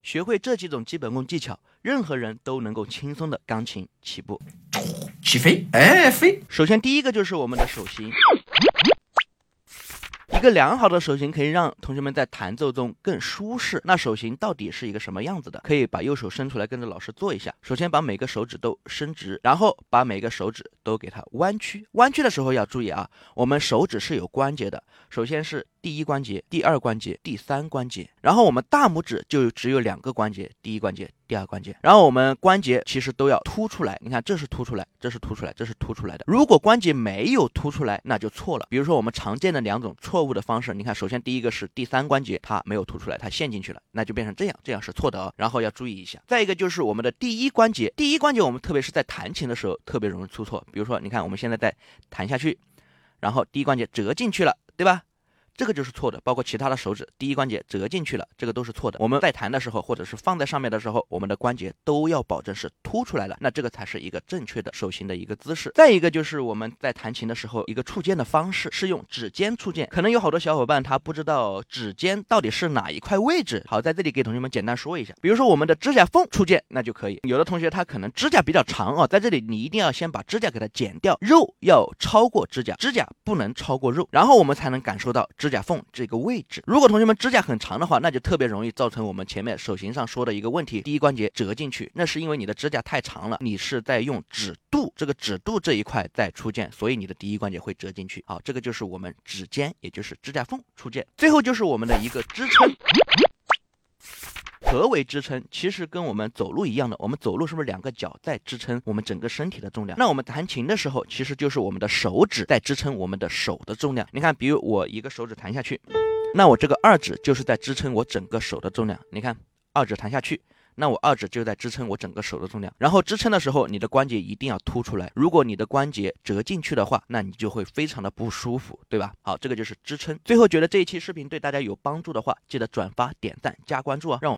学会这几种基本功技巧，任何人都能够轻松的钢琴起步。 起飞，哎，飞。 首先第一个就是我们的手型。一个良好的手型可以让同学们在弹奏中更舒适。那手型到底是一个什么样子的？可以把右手伸出来跟着老师做一下。首先把每个手指都伸直，然后把每个手指都给它弯曲。弯曲的时候要注意啊，我们手指是有关节的，首先是第一关节、第二关节、第三关节，然后我们大拇指就只有2个关节，第一关节、第二关节，然后我们关节其实都要凸出来。你看，这是凸出来，这是凸出来，这是凸出来的。如果关节没有凸出来，那就错了。比如说我们常见的2种错误的方式，你看，首先第一个是第三关节它没有凸出来，它陷进去了，那就变成这样，这样是错的哦，然后要注意一下。再一个就是我们的第一关节，第一关节我们特别是在弹琴的时候特别容易出错。比如说你看我们现在在弹下去，然后第一关节折进去了，对吧？这个就是错的，包括其他的手指，第一关节折进去了，这个都是错的。我们在弹的时候，或者是放在上面的时候，我们的关节都要保证是凸出来了，那这个才是一个正确的手型的一个姿势。再一个就是我们在弹琴的时候，一个触键的方式是用指尖触键。可能有好多小伙伴他不知道指尖到底是哪一块位置。好，在这里给同学们简单说一下，比如说我们的指甲缝触键，那就可以。有的同学他可能指甲比较长哦，在这里你一定要先把指甲给它剪掉，肉要超过指甲，指甲不能超过肉，然后我们才能感受到指甲缝这个位置。如果同学们指甲很长的话，那就特别容易造成我们前面手型上说的一个问题，第一关节折进去，那是因为你的指甲太长了，你是在用指肚，这个指肚这一块在触键，所以你的第一关节会折进去。好，这个就是我们指尖，也就是指甲缝触键。最后就是我们的一个支撑。何为支撑？其实跟我们走路一样的，我们走路是不是2个脚在支撑我们整个身体的重量？那我们弹琴的时候，其实就是我们的手指在支撑我们的手的重量。你看，比如我一个手指弹下去，那我这个2指就是在支撑我整个手的重量。你看，2指弹下去，那我2指就在支撑我整个手的重量。然后支撑的时候，你的关节一定要凸出来。如果你的关节折进去的话，那你就会非常的不舒服，对吧？好，这个就是支撑。最后觉得这一期视频对大家有帮助的话，记得转发、点赞、加关注啊，让我